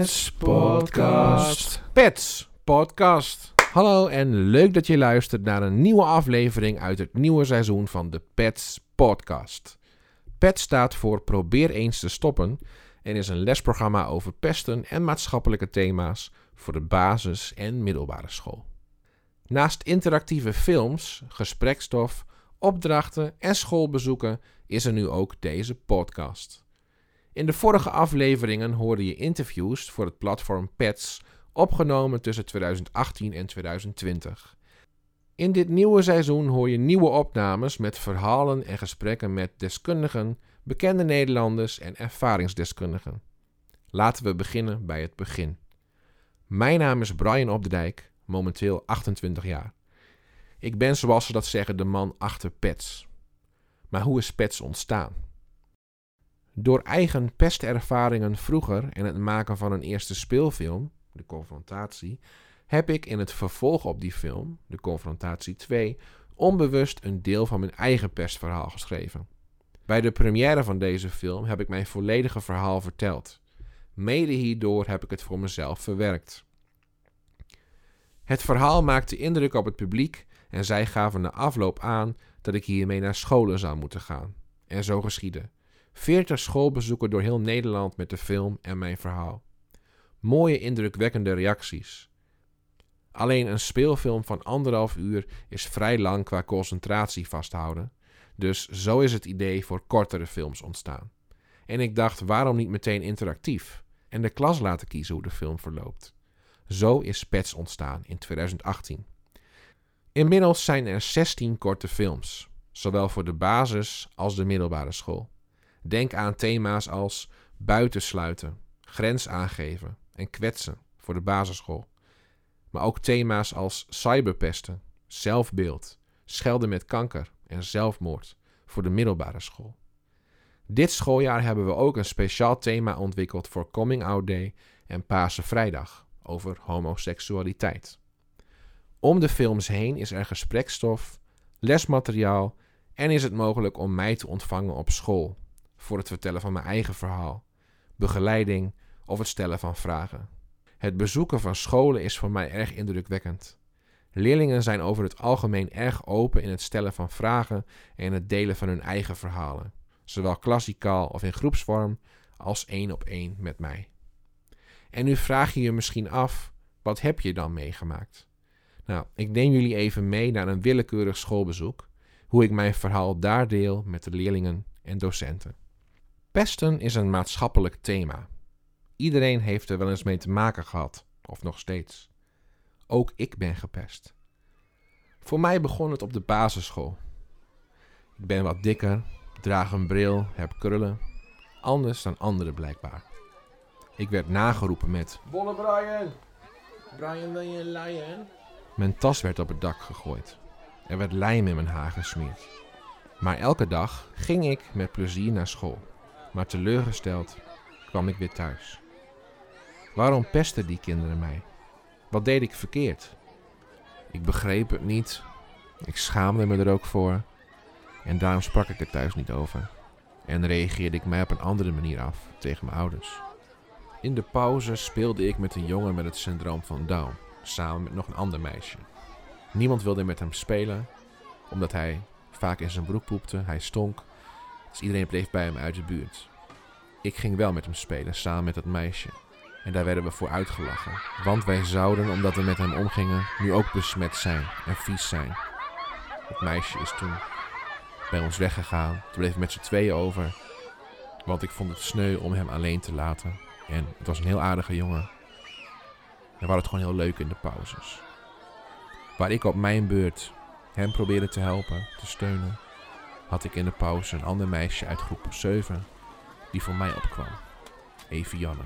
Pets Podcast. Pets Podcast. Hallo en leuk dat je luistert naar een nieuwe aflevering uit het nieuwe seizoen van de Pets Podcast. PET staat voor Probeer eens te stoppen en is een lesprogramma over pesten en maatschappelijke thema's voor de basis- en middelbare school. Naast interactieve films, gesprekstof, opdrachten en schoolbezoeken is er nu ook deze podcast. In de vorige afleveringen hoorde je interviews voor het platform Pets, opgenomen tussen 2018 en 2020. In dit nieuwe seizoen hoor je nieuwe opnames met verhalen en gesprekken met deskundigen, bekende Nederlanders en ervaringsdeskundigen. Laten we beginnen bij het begin. Mijn naam is Brian Op de Dijk, momenteel 28 jaar. Ik ben, zoals ze dat zeggen, de man achter Pets. Maar hoe is Pets ontstaan? Door eigen pestervaringen vroeger en het maken van een eerste speelfilm, De Confrontatie, heb ik in het vervolg op die film, De Confrontatie 2, onbewust een deel van mijn eigen pestverhaal geschreven. Bij de première van deze film heb ik mijn volledige verhaal verteld. Mede hierdoor heb ik het voor mezelf verwerkt. Het verhaal maakte indruk op het publiek en zij gaven na afloop aan dat ik hiermee naar scholen zou moeten gaan. En zo geschiedde. 40 schoolbezoeken door heel Nederland met de film en mijn verhaal. Mooie, indrukwekkende reacties. Alleen een speelfilm van 1,5 uur is vrij lang qua concentratie vasthouden. Dus zo is het idee voor kortere films ontstaan. En ik dacht, waarom niet meteen interactief? En de klas laten kiezen hoe de film verloopt. Zo is Pets ontstaan in 2018. Inmiddels zijn er 16 korte films. Zowel voor de basis als de middelbare school. Denk aan thema's als buitensluiten, grens aangeven en kwetsen voor de basisschool. Maar ook thema's als cyberpesten, zelfbeeld, schelden met kanker en zelfmoord voor de middelbare school. Dit schooljaar hebben we ook een speciaal thema ontwikkeld voor Coming Out Day en Pasen Vrijdag over homoseksualiteit. Om de films heen is er gesprekstof, lesmateriaal en is het mogelijk om mij te ontvangen op school voor het vertellen van mijn eigen verhaal, begeleiding of het stellen van vragen. Het bezoeken van scholen is voor mij erg indrukwekkend. Leerlingen zijn over het algemeen erg open in het stellen van vragen en het delen van hun eigen verhalen, zowel klassikaal of in groepsvorm als 1-op-1 met mij. En nu vraag je je misschien af, wat heb je dan meegemaakt? Nou, ik neem jullie even mee naar een willekeurig schoolbezoek, hoe ik mijn verhaal daar deel met de leerlingen en docenten. Pesten is een maatschappelijk thema. Iedereen heeft er wel eens mee te maken gehad, of nog steeds. Ook ik ben gepest. Voor mij begon het op de basisschool. Ik ben wat dikker, draag een bril, heb krullen. Anders dan anderen blijkbaar. Ik werd nageroepen met Bolle Brian! Brian, wil je een lion? Mijn tas werd op het dak gegooid. Er werd lijm in mijn haar gesmeerd. Maar elke dag ging ik met plezier naar school. Maar teleurgesteld kwam ik weer thuis. Waarom pesten die kinderen mij? Wat deed ik verkeerd? Ik begreep het niet. Ik schaamde me er ook voor. En daarom sprak ik er thuis niet over. En reageerde ik mij op een andere manier af tegen mijn ouders. In de pauze speelde ik met een jongen met het syndroom van Down, samen met nog een ander meisje. Niemand wilde met hem spelen, omdat hij vaak in zijn broek poepte, hij stonk. Dus iedereen bleef bij hem uit de buurt. Ik ging wel met hem spelen, samen met dat meisje. En daar werden we voor uitgelachen. Want wij zouden, omdat we met hem omgingen, nu ook besmet zijn en vies zijn. Het meisje is toen bij ons weggegaan. Toen bleef ik met z'n tweeën over. Want ik vond het sneu om hem alleen te laten. En het was een heel aardige jongen. En we hadden het gewoon heel leuk in de pauzes. Waar ik op mijn beurt hem probeerde te helpen, te steunen, had ik in de pauze een ander meisje uit groep 7 die voor mij opkwam. Evianne.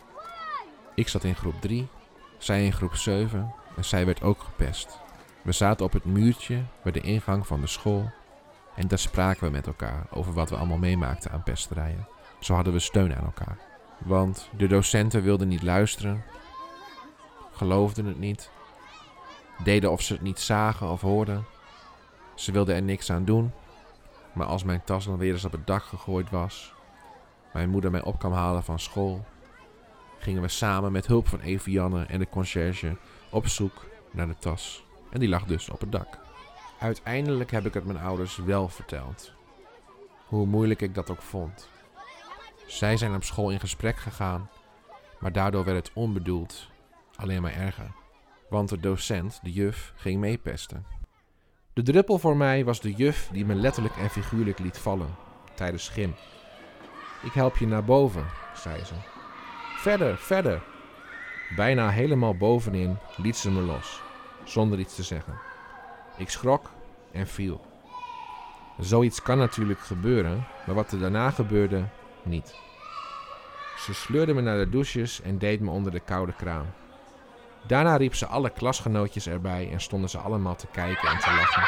Ik zat in groep 3, zij in groep 7 en zij werd ook gepest. We zaten op het muurtje bij de ingang van de school en daar spraken we met elkaar over wat we allemaal meemaakten aan pesterijen. Zo hadden we steun aan elkaar. Want de docenten wilden niet luisteren, geloofden het niet, deden of ze het niet zagen of hoorden. Ze wilden er niks aan doen, maar als mijn tas dan weer eens op het dak gegooid was, mijn moeder mij op kwam halen van school, gingen we samen met hulp van Evianne en de conciërge op zoek naar de tas. En die lag dus op het dak. Uiteindelijk heb ik het mijn ouders wel verteld. Hoe moeilijk ik dat ook vond. Zij zijn op school in gesprek gegaan, maar daardoor werd het onbedoeld alleen maar erger. Want de docent, de juf, ging meepesten. De druppel voor mij was de juf die me letterlijk en figuurlijk liet vallen tijdens gym. Ik help je naar boven, zei ze. Verder, verder. Bijna helemaal bovenin liet ze me los, zonder iets te zeggen. Ik schrok en viel. Zoiets kan natuurlijk gebeuren, maar wat er daarna gebeurde, niet. Ze sleurde me naar de douches en deed me onder de koude kraan. Daarna riep ze alle klasgenootjes erbij en stonden ze allemaal te kijken en te lachen.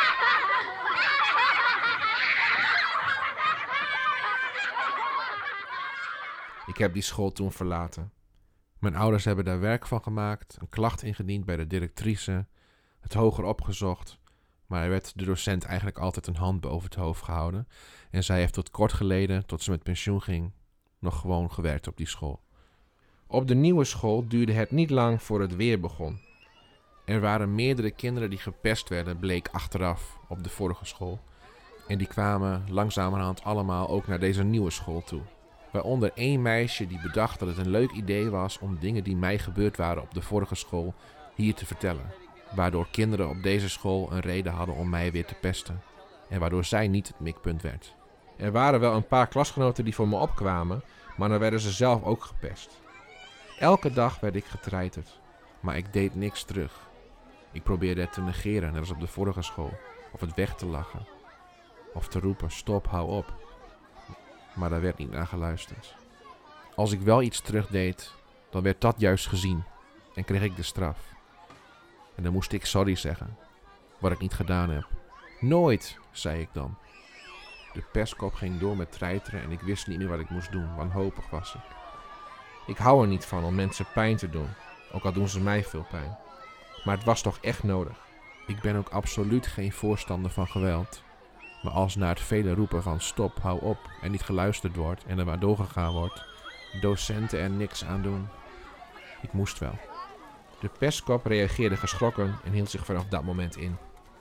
Ik heb die school toen verlaten. Mijn ouders hebben daar werk van gemaakt, een klacht ingediend bij de directrice, het hoger opgezocht, maar er werd de docent eigenlijk altijd een hand boven het hoofd gehouden en zij heeft tot kort geleden, tot ze met pensioen ging, nog gewoon gewerkt op die school. Op de nieuwe school duurde het niet lang voor het weer begon. Er waren meerdere kinderen die gepest werden, bleek achteraf op de vorige school. En die kwamen langzamerhand allemaal ook naar deze nieuwe school toe. Waaronder één meisje die bedacht dat het een leuk idee was om dingen die mij gebeurd waren op de vorige school hier te vertellen. Waardoor kinderen op deze school een reden hadden om mij weer te pesten. En waardoor zij niet het mikpunt werd. Er waren wel een paar klasgenoten die voor me opkwamen, maar dan werden ze zelf ook gepest. Elke dag werd ik getreiterd, maar ik deed niks terug. Ik probeerde het te negeren, net als op de vorige school, of het weg te lachen. Of te roepen, stop, hou op. Maar daar werd niet naar geluisterd. Als ik wel iets terugdeed, dan werd dat juist gezien en kreeg ik de straf. En dan moest ik sorry zeggen, wat ik niet gedaan heb. Nooit, zei ik dan. De pestkop ging door met treiteren en ik wist niet meer wat ik moest doen, wanhopig was ik. Ik hou er niet van om mensen pijn te doen, ook al doen ze mij veel pijn. Maar het was toch echt nodig. Ik ben ook absoluut geen voorstander van geweld. Maar als na het vele roepen van stop, hou op en niet geluisterd wordt en er maar doorgegaan wordt, docenten er niks aan doen. Ik moest wel. De pestkop reageerde geschrokken en hield zich vanaf dat moment in.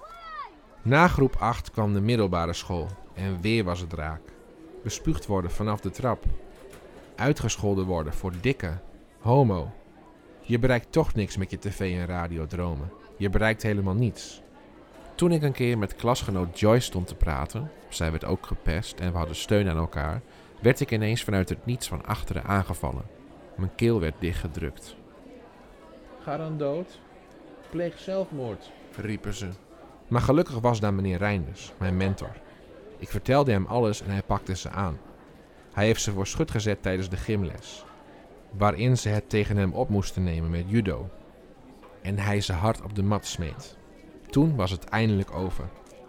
Na groep 8 kwam de middelbare school en weer was het raak. Bespuugd worden vanaf de trap. Uitgescholden worden voor dikke, homo. Je bereikt toch niks met je tv en radiodromen. Je bereikt helemaal niets. Toen ik een keer met klasgenoot Joyce stond te praten, zij werd ook gepest en we hadden steun aan elkaar, werd ik ineens vanuit het niets van achteren aangevallen. Mijn keel werd dichtgedrukt. Ga dan dood. Pleeg zelfmoord, riepen ze. Maar gelukkig was daar meneer Reinders, mijn mentor. Ik vertelde hem alles en hij pakte ze aan. Hij heeft ze voor schut gezet tijdens de gymles, waarin ze het tegen hem op moesten nemen met judo. En hij ze hard op de mat smeet. Toen was het eindelijk over.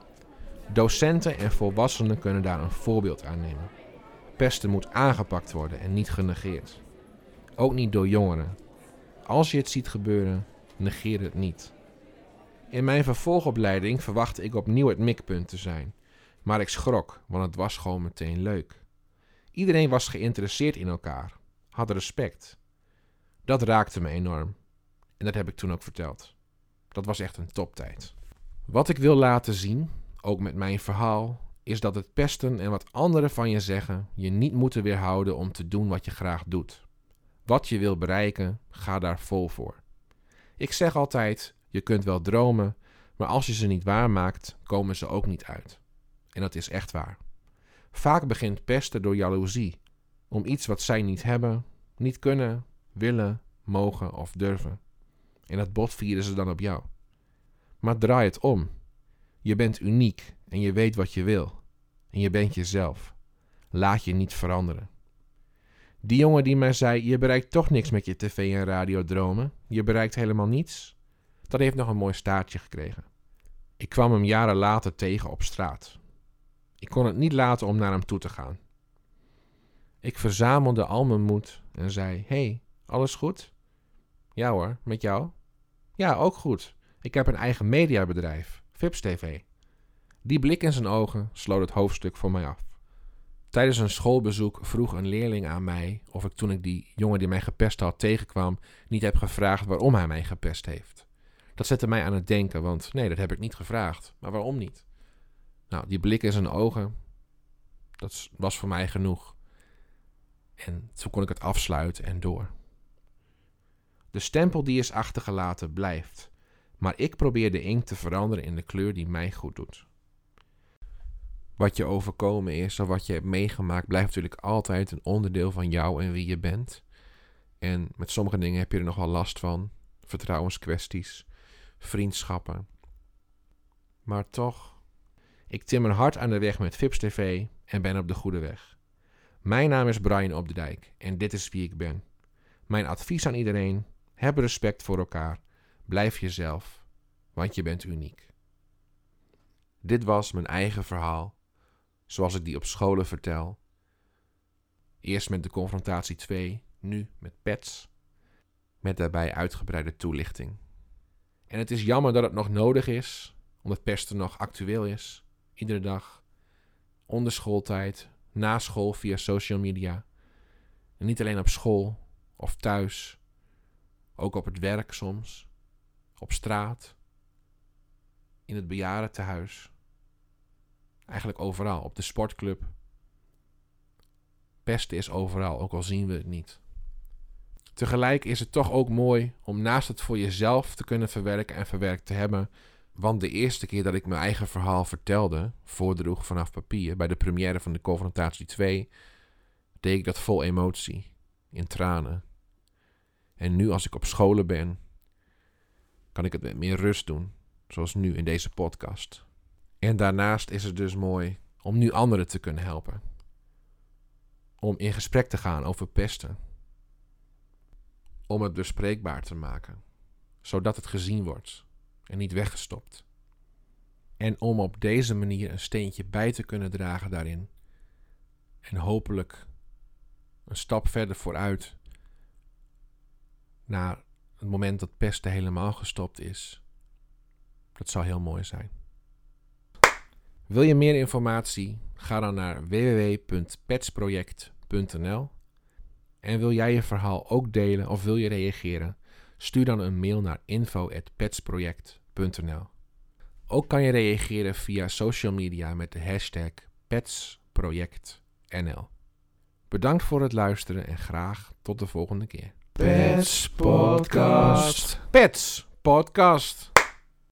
Docenten en volwassenen kunnen daar een voorbeeld aan nemen. Pesten moet aangepakt worden en niet genegeerd. Ook niet door jongeren. Als je het ziet gebeuren, negeer het niet. In mijn vervolgopleiding verwachtte ik opnieuw het mikpunt te zijn. Maar ik schrok, want het was gewoon meteen leuk. Iedereen was geïnteresseerd in elkaar, had respect. Dat raakte me enorm. En dat heb ik toen ook verteld. Dat was echt een toptijd. Wat ik wil laten zien, ook met mijn verhaal, is dat het pesten en wat anderen van je zeggen je niet moeten weerhouden om te doen wat je graag doet. Wat je wil bereiken, ga daar vol voor. Ik zeg altijd, je kunt wel dromen, maar als je ze niet waarmaakt, komen ze ook niet uit. En dat is echt waar. Vaak begint pesten door jaloezie, om iets wat zij niet hebben, niet kunnen, willen, mogen of durven. En dat botvieren ze dan op jou. Maar draai het om. Je bent uniek en je weet wat je wil. En je bent jezelf. Laat je niet veranderen. Die jongen die mij zei, je bereikt toch niks met je tv en radiodromen. Je bereikt helemaal niets. Dat heeft nog een mooi staartje gekregen. Ik kwam hem jaren later tegen op straat. Ik kon het niet laten om naar hem toe te gaan. Ik verzamelde al mijn moed en zei, hey, alles goed? Ja hoor, met jou? Ja, ook goed. Ik heb een eigen mediabedrijf, Vips TV. Die blik in zijn ogen sloot het hoofdstuk voor mij af. Tijdens een schoolbezoek vroeg een leerling aan mij of ik toen ik die jongen die mij gepest had tegenkwam niet heb gevraagd waarom hij mij gepest heeft. Dat zette mij aan het denken, want nee, dat heb ik niet gevraagd. Maar waarom niet? Nou, die blik in zijn ogen, dat was voor mij genoeg. En toen kon ik het afsluiten en door. De stempel die is achtergelaten blijft. Maar ik probeer de inkt te veranderen in de kleur die mij goed doet. Wat je overkomen is of wat je hebt meegemaakt blijft natuurlijk altijd een onderdeel van jou en wie je bent. En met sommige dingen heb je er nog wel last van. Vertrouwenskwesties, vriendschappen. Maar toch, ik timmer hard aan de weg met Vips TV en ben op de goede weg. Mijn naam is Brian Op de Dijk en dit is wie ik ben. Mijn advies aan iedereen, heb respect voor elkaar, blijf jezelf, want je bent uniek. Dit was mijn eigen verhaal, zoals ik die op scholen vertel. Eerst met de confrontatie 2, nu met pets, met daarbij uitgebreide toelichting. En het is jammer dat het nog nodig is, omdat pesten nog actueel is, iedere dag, onder schooltijd, na school via social media. En niet alleen op school of thuis, ook op het werk soms, op straat, in het bejaardentehuis. Eigenlijk overal, op de sportclub. Pesten is overal, ook al zien we het niet. Tegelijk is het toch ook mooi om naast het voor jezelf te kunnen verwerken en verwerkt te hebben. Want de eerste keer dat ik mijn eigen verhaal vertelde, voordroeg vanaf papier, bij de première van de confrontatie 2, deed ik dat vol emotie, in tranen. En nu als ik op scholen ben, kan ik het met meer rust doen, zoals nu in deze podcast. En daarnaast is het dus mooi om nu anderen te kunnen helpen. Om in gesprek te gaan over pesten. Om het bespreekbaar te maken, zodat het gezien wordt en niet weggestopt. En om op deze manier een steentje bij te kunnen dragen daarin. En hopelijk een stap verder vooruit naar het moment dat pesten helemaal gestopt is. Dat zou heel mooi zijn. Wil je meer informatie? Ga dan naar www.petsproject.nl. En wil jij je verhaal ook delen of wil je reageren? Stuur dan een mail naar info@petsproject.nl. Ook kan je reageren via social media met de hashtag PetsProjectNL. Bedankt voor het luisteren en graag tot de volgende keer. Pets Podcast. Pets Podcast.